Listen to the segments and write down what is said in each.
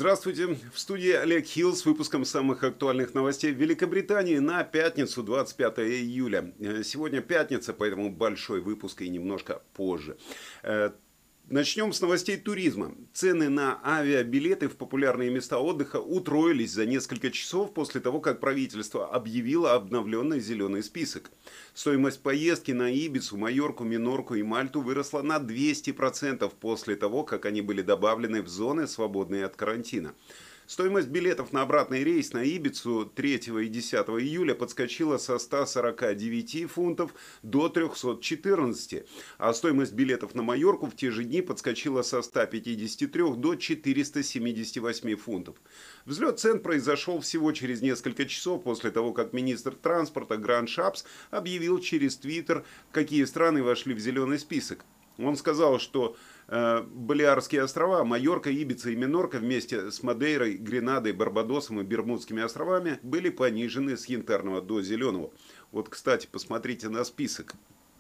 Здравствуйте, в студии Олег Хилл с выпуском самых актуальных новостей в Великобритании на пятницу, 25 июля. Сегодня пятница, поэтому большой выпуск и немножко позже. Начнем с новостей туризма. Цены на авиабилеты в популярные места отдыха утроились за несколько часов после того, как правительство объявило обновленный зеленый список. Стоимость поездки на Ибицу, Майорку, Минорку и Мальту выросла на 200% после того, как они были добавлены в зоны, свободные от карантина. Стоимость билетов на обратный рейс на Ибицу 3 и 10 июля подскочила со 149 фунтов до 314, а стоимость билетов на Майорку в те же дни подскочила со 153 до 478 фунтов. Взлет цен произошел всего через несколько часов после того, как министр транспорта Грант Шапс объявил через Твиттер, какие страны вошли в зеленый список. Он сказал, что Балиарские острова, Майорка, Ибица и Минорка вместе с Мадейрой, Гренадой, Барбадосом и Бермудскими островами были понижены с янтарного до зеленого. Вот, кстати, посмотрите на список.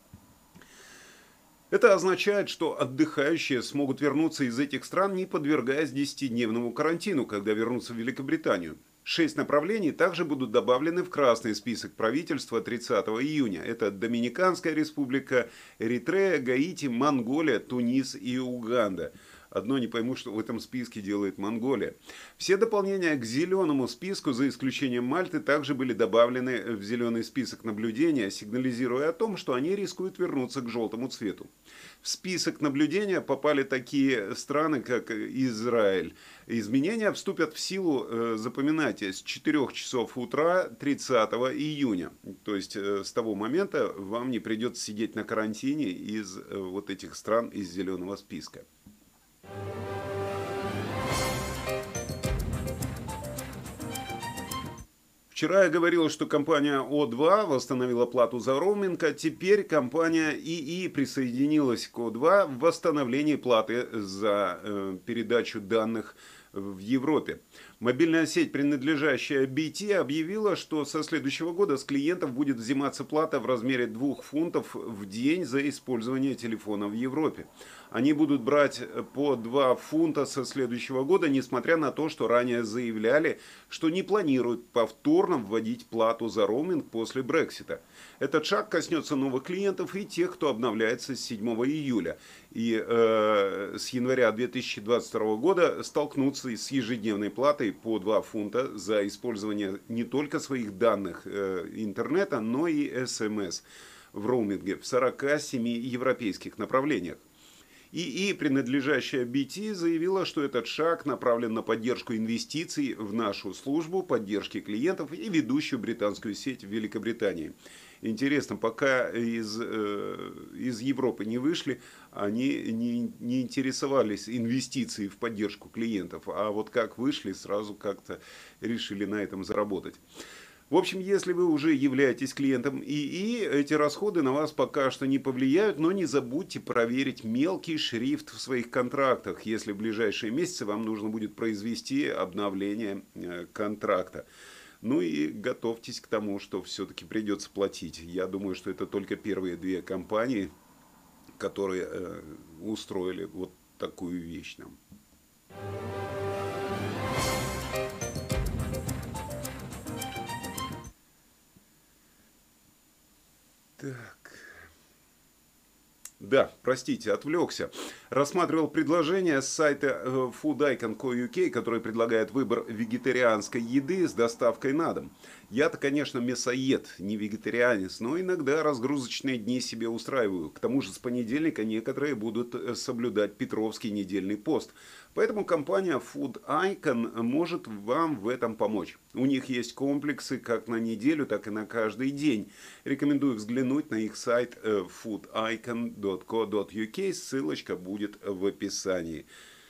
Это означает, что отдыхающие смогут вернуться из этих стран, не подвергаясь 10-дневному карантину, когда вернутся в Великобританию. 6 направлений также будут добавлены в красный список правительства 30 июня. Это Доминиканская республика, Эритрея, Гаити, Монголия, Тунис и Уганда. Одно не пойму, что в этом списке делает Монголия. Все дополнения к зеленому списку, за исключением Мальты, также были добавлены в зеленый список наблюдения, сигнализируя о том, что они рискуют вернуться к желтому цвету. В список наблюдения попали такие страны, как Израиль. Изменения вступят в силу, запоминайте, с 4 часов утра 30 июня. То есть с того момента вам не придется сидеть на карантине из вот этих стран из зеленого списка. Вчера я говорил, что компания О2 восстановила плату за роуминг, а теперь компания ИИ присоединилась к О2 в восстановлении платы за передачу данных в Европе. Мобильная сеть, принадлежащая BT, объявила, что со следующего года с клиентов будет взиматься плата в размере 2 фунтов в день за использование телефона в Европе. Они будут брать по 2 фунта со следующего года, несмотря на то, что ранее заявляли, что не планируют повторно вводить плату за роуминг после Брексита. Этот шаг коснется новых клиентов и тех, кто обновляется с 7 июля. И с января 2022 года столкнутся с ежедневной платой по 2 фунта за использование не только своих данных интернета, но и СМС в роуминге в 47 европейских направлениях. ИИ, принадлежащая BT, заявила, что этот шаг направлен на поддержку инвестиций в нашу службу поддержки клиентов и ведущую британскую сеть в Великобритании. Интересно, пока из Европы не вышли, они не интересовались инвестицией в поддержку клиентов, а вот как вышли, сразу как-то решили на этом заработать. В общем, если вы уже являетесь клиентом ИИ, эти расходы на вас пока что не повлияют, но не забудьте проверить мелкий шрифт в своих контрактах, если в ближайшие месяцы вам нужно будет произвести обновление контракта. Ну и готовьтесь к тому, что все-таки придется платить. Я думаю, что это только первые 2 компании, которые устроили вот такую вещь нам. Так. Да, простите, отвлекся. Рассматривал предложение с сайта foodicon.co.uk, который предлагает выбор вегетарианской еды с доставкой на дом. Я-то, конечно, мясоед, не вегетарианец, но иногда разгрузочные дни себе устраиваю. К тому же с понедельника некоторые будут соблюдать Петровский недельный пост. Поэтому компания Food Icon может вам в этом помочь. У них есть комплексы как на неделю, так и на каждый день. Рекомендую взглянуть на их сайт foodicon.co.uk. Ссылочка будет в описании.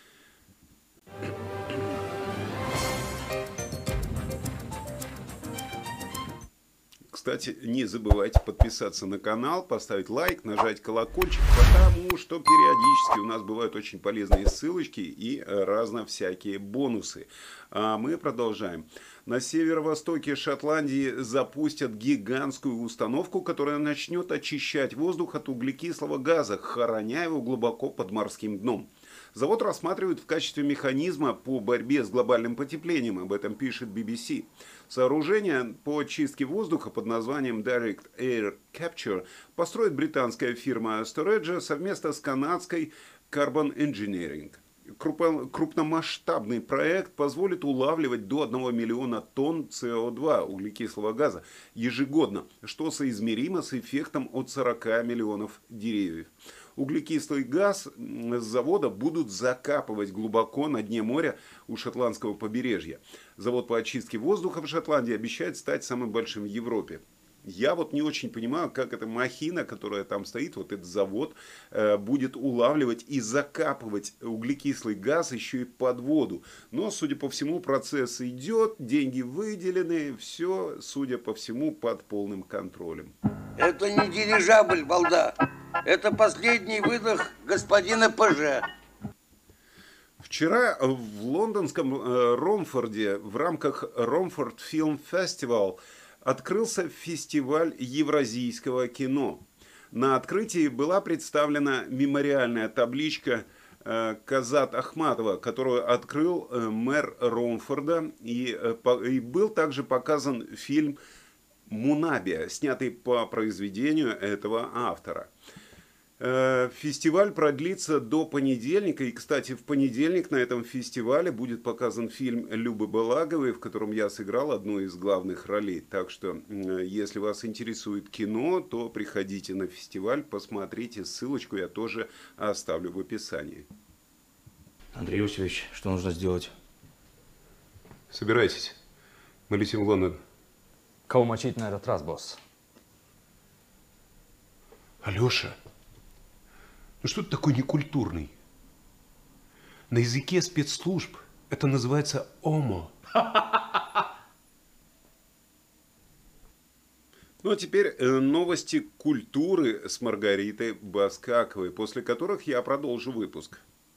Кстати, не забывайте подписаться на канал, поставить лайк, нажать колокольчик, потому что периодически у нас бывают очень полезные ссылочки и разно всякие бонусы. А мы продолжаем. На северо-востоке Шотландии запустят гигантскую установку, которая начнет очищать воздух от углекислого газа, хороня его глубоко под морским дном. Завод рассматривают в качестве механизма по борьбе с глобальным потеплением, об этом пишет BBC. Сооружение по очистке воздуха под названием Direct Air Capture построит британская фирма Storageа совместно с канадской Carbon Engineering. Крупномасштабный проект позволит улавливать до 1 миллиона тонн СО2, углекислого газа, ежегодно, что соизмеримо с эффектом от 40 миллионов деревьев. Углекислый газ с завода будут закапывать глубоко на дне моря у шотландского побережья. Завод по очистке воздуха в Шотландии обещает стать самым большим в Европе. Я вот не очень понимаю, как эта махина, которая там стоит, вот этот завод, будет улавливать и закапывать углекислый газ еще и под воду. Но, судя по всему, процесс идет, деньги выделены, все, судя по всему, под полным контролем. Это не дирижабль, балда. Это последний выдох господина ПЖ. Вчера в лондонском Ромфорде в рамках Romford Film Festival открылся фестиваль евразийского кино. На открытии была представлена мемориальная табличка Казат Ахматова, которую открыл мэр Ромфорда, и был также показан фильм «Мунабия», снятый по произведению этого автора. Фестиваль продлится до понедельника. И, кстати, в понедельник на этом фестивале будет показан фильм Любы Балаговой, в котором я сыграл одну из главных ролей. Так что, если вас интересует кино, то приходите на фестиваль, посмотрите. Ссылочку я тоже оставлю в описании. Андрей Иосифович, что нужно сделать? Собирайтесь. Мы летим в Лондон. Кого мочить на этот раз, босс? Алеша. Ну что ты такой некультурный? На языке спецслужб это называется омо. Ну а теперь новости культуры с Маргаритой Баскаковой, после которых я продолжу выпуск.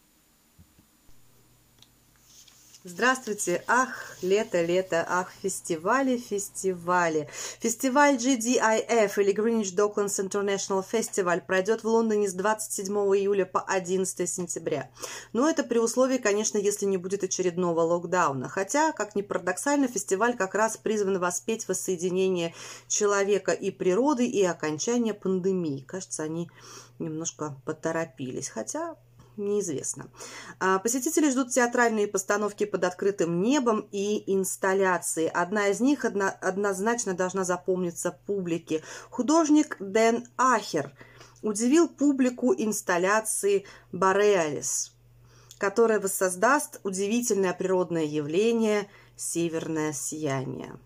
Здравствуйте! Ах, лето, лето, ах, фестивали, фестивали. Фестиваль GDIF или Greenwich Docklands International Festival пройдет в Лондоне с 27 июля по 11 сентября. Но это при условии, конечно, если не будет очередного локдауна. Хотя, как ни парадоксально, фестиваль как раз призван воспеть воссоединение человека и природы и окончание пандемии. Кажется, они немножко поторопились. Хотя... неизвестно. Посетители ждут театральные постановки под открытым небом и инсталляции. Одна из них однозначно должна запомниться публике. Художник Дэн Ахер удивил публику инсталляции «Бореалис», которая воссоздаст удивительное природное явление «Северное сияние».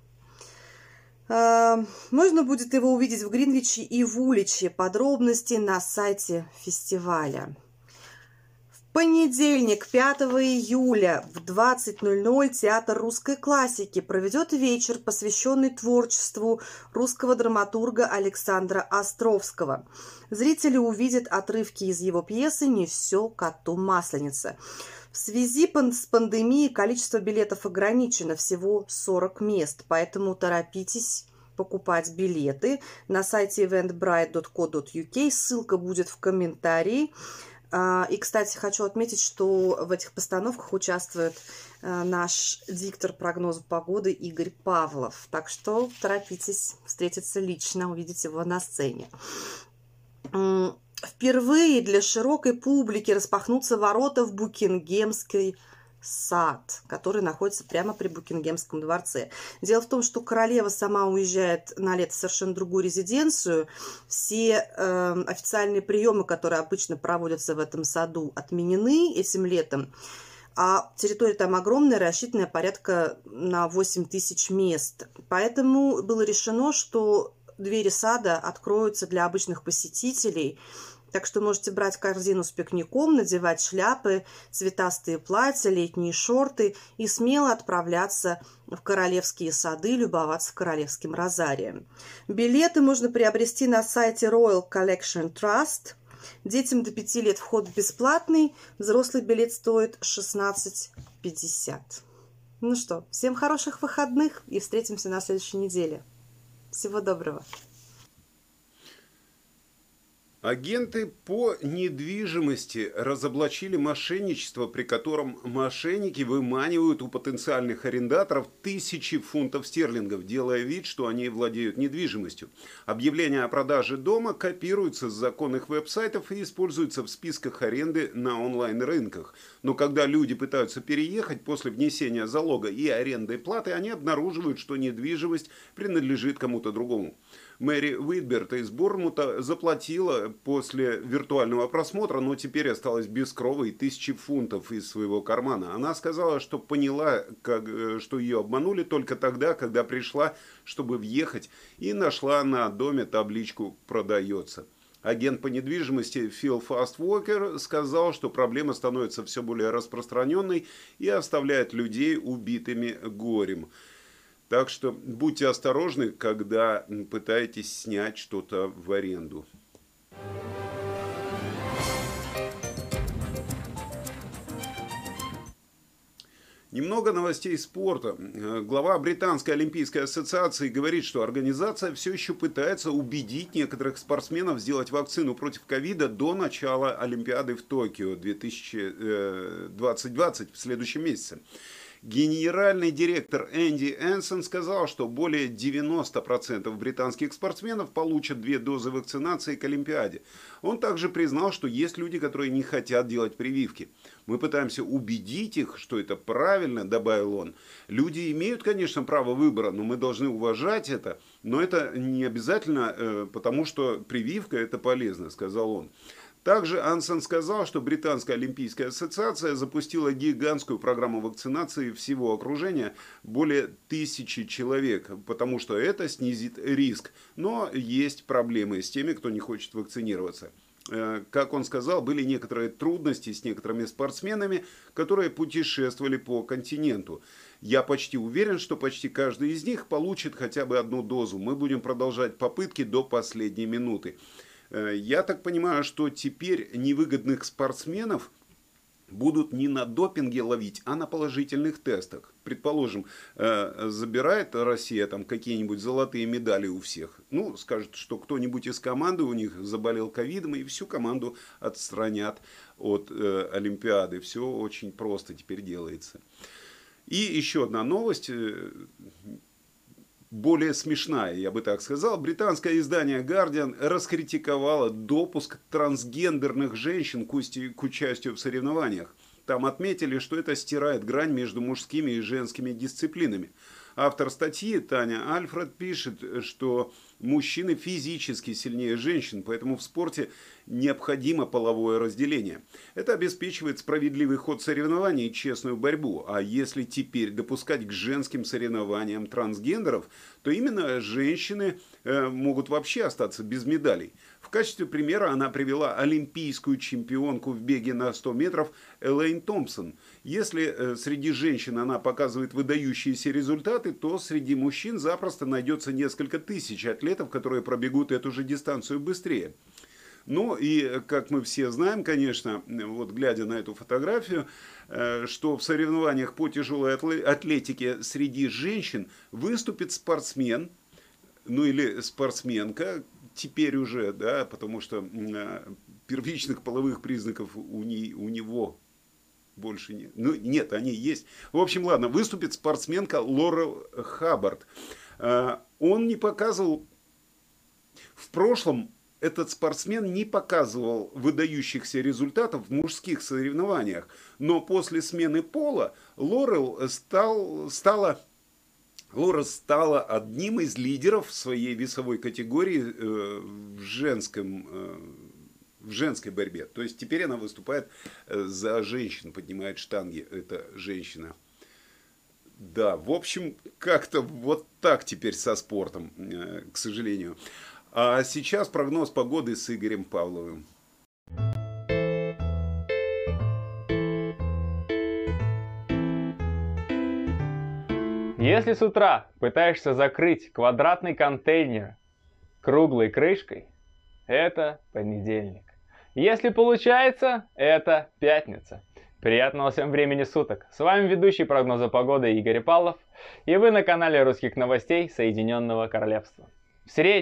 Можно будет его увидеть в Гринвиче и в Уличе. Подробности на сайте фестиваля. Понедельник, 5 июля в 20:00 Театр русской классики проведет вечер, посвященный творчеству русского драматурга Александра Островского. Зрители увидят отрывки из его пьесы «Не все коту масленица». В связи с пандемией количество билетов ограничено, всего 40 мест, поэтому торопитесь покупать билеты на сайте eventbrite.co.uk, ссылка будет в комментарии. И, кстати, хочу отметить, что в этих постановках участвует наш диктор прогноза погоды Игорь Павлов. Так что торопитесь встретиться лично, увидеть его на сцене. Впервые для широкой публики распахнутся ворота в Букингемский сад, который находится прямо при Букингемском дворце. Дело в том, что королева сама уезжает на лето в совершенно другую резиденцию. Все официальные приемы, которые обычно проводятся в этом саду, отменены этим летом. А территория там огромная, рассчитанная порядка на 8000 мест. Поэтому было решено, что двери сада откроются для обычных посетителей. Так что можете брать корзину с пикником, надевать шляпы, цветастые платья, летние шорты и смело отправляться в королевские сады, любоваться королевским розарием. Билеты можно приобрести на сайте Royal Collection Trust. Детям до 5 лет вход бесплатный, взрослый билет стоит 16,50. Ну что, всем хороших выходных и встретимся на следующей неделе. Всего доброго! Агенты по недвижимости разоблачили мошенничество, при котором мошенники выманивают у потенциальных арендаторов тысячи фунтов стерлингов, делая вид, что они владеют недвижимостью. Объявления о продаже дома копируются с законных веб-сайтов и используются в списках аренды на онлайн-рынках. Но когда люди пытаются переехать после внесения залога и арендной платы, они обнаруживают, что недвижимость принадлежит кому-то другому. Мэри Уитберт из Борнмута заплатила после виртуального просмотра, но теперь осталась без крова и 1000 фунтов из своего кармана. Она сказала, что поняла, что ее обманули только тогда, когда пришла, чтобы въехать, и нашла на доме табличку «Продается». Агент по недвижимости Фил Фаствокер сказал, что проблема становится все более распространенной и оставляет людей убитыми горем. Так что будьте осторожны, когда пытаетесь снять что-то в аренду. Немного новостей спорта. Глава Британской олимпийской ассоциации говорит, что организация все еще пытается убедить некоторых спортсменов сделать вакцину против ковида до начала Олимпиады в Токио 2020 в следующем месяце. Генеральный директор Энди Энсон сказал, что более 90% британских спортсменов получат 2 дозы вакцинации к Олимпиаде. Он также признал, что есть люди, которые не хотят делать прививки. Мы пытаемся убедить их, что это правильно, добавил он. Люди имеют, конечно, право выбора, но мы должны уважать это. Но это не обязательно, потому что прививка это полезно, сказал он. Также Ансон сказал, что Британская олимпийская ассоциация запустила гигантскую программу вакцинации всего окружения, более 1000 человек, потому что это снизит риск. Но есть проблемы с теми, кто не хочет вакцинироваться. Как он сказал, были некоторые трудности с некоторыми спортсменами, которые путешествовали по континенту. Я почти уверен, что почти каждый из них получит хотя бы 1 дозу. Мы будем продолжать попытки до последней минуты. Я так понимаю, что теперь невыгодных спортсменов будут не на допинге ловить, а на положительных тестах. Предположим, забирает Россия там какие-нибудь золотые медали у всех. Ну, скажет, что кто-нибудь из команды у них заболел ковидом, и всю команду отстранят от Олимпиады. Все очень просто теперь делается. И еще одна новость, более смешная, я бы так сказал. Британское издание Guardian раскритиковало допуск трансгендерных женщин к участию в соревнованиях. Там отметили, что это стирает грань между мужскими и женскими дисциплинами. Автор статьи Таня Альфред пишет, что мужчины физически сильнее женщин, поэтому в спорте необходимо половое разделение. Это обеспечивает справедливый ход соревнований и честную борьбу. А если теперь допускать к женским соревнованиям трансгендеров, то именно женщины могут вообще остаться без медалей. В качестве примера она привела олимпийскую чемпионку в беге на 100 метров Элейн Томпсон. Если среди женщин она показывает выдающиеся результаты, то среди мужчин запросто найдется несколько тысяч атлетов, которые пробегут эту же дистанцию быстрее. Ну и, как мы все знаем, конечно, вот глядя на эту фотографию, что в соревнованиях по тяжелой атлетике среди женщин выступит спортсмен, ну или спортсменка, теперь уже, да, потому что первичных половых признаков у него больше нет. Ну, нет, они есть. В общем, ладно, выступит спортсменка Лорел Хаббард. Он не показывал... В прошлом этот спортсмен не показывал выдающихся результатов в мужских соревнованиях. Но после смены пола Лорел стала одним из лидеров в своей весовой категории в женской борьбе. То есть теперь она выступает за женщин, поднимает штанги, эта женщина. Да, в общем, как-то вот так теперь со спортом, к сожалению. А сейчас прогноз погоды с Игорем Павловым. Если с утра пытаешься закрыть квадратный контейнер круглой крышкой, это понедельник. Если получается, это пятница. Приятного всем времени суток. С вами ведущий прогноза погоды Игорь Павлов, и вы на канале русских новостей Соединенного Королевства. В среднем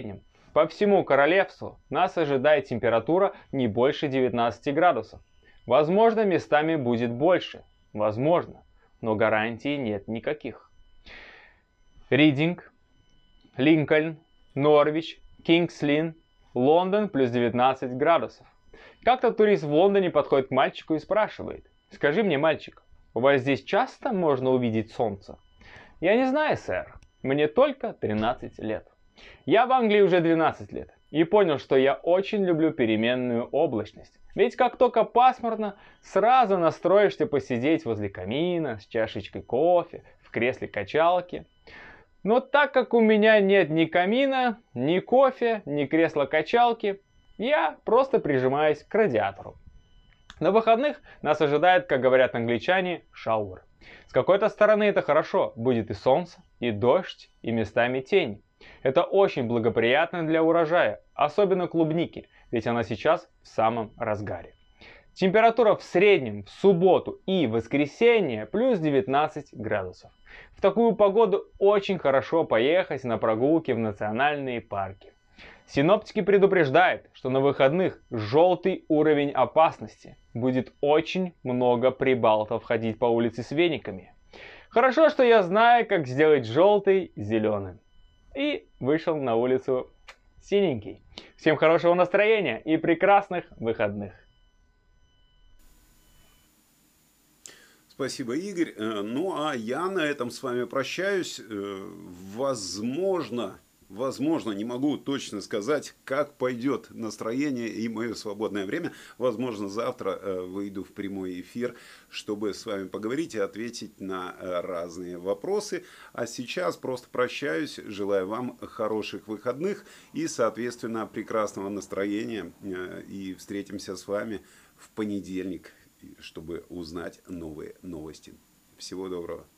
По всему королевству нас ожидает температура не больше 19 градусов. Возможно, местами будет больше. Возможно, но гарантий нет никаких. Ридинг, Линкольн, Норвич, Кингс-Линн, Лондон плюс 19 градусов. Как-то турист в Лондоне подходит к мальчику и спрашивает: «Скажи мне, мальчик, у вас здесь часто можно увидеть солнце?» «Я не знаю, сэр. Мне только 13 лет. Я в Англии уже 12 лет и понял, что я очень люблю переменную облачность. Ведь как только пасмурно, сразу настроишься посидеть возле камина с чашечкой кофе в кресле качалки. Но так как у меня нет ни камина, ни кофе, ни кресла-качалки, я просто прижимаюсь к радиатору. На выходных нас ожидает, как говорят англичане, шауэр. С какой-то стороны это хорошо, будет и солнце, и дождь, и местами тень. Это очень благоприятно для урожая, особенно клубники, ведь она сейчас в самом разгаре. Температура в среднем в субботу и воскресенье плюс 19 градусов. В такую погоду очень хорошо поехать на прогулки в национальные парки. Синоптики предупреждают, что на выходных желтый уровень опасности. Будет очень много прибалтов ходить по улице с вениками. Хорошо, что я знаю, как сделать желтый зеленым. И вышел на улицу синенький. Всем хорошего настроения и прекрасных выходных. Спасибо, Игорь. Ну, а я на этом с вами прощаюсь. Возможно, не могу точно сказать, как пойдет настроение и мое свободное время. Возможно, завтра выйду в прямой эфир, чтобы с вами поговорить и ответить на разные вопросы. А сейчас просто прощаюсь. Желаю вам хороших выходных и, соответственно, прекрасного настроения. И встретимся с вами в понедельник, чтобы узнать новые новости. Всего доброго.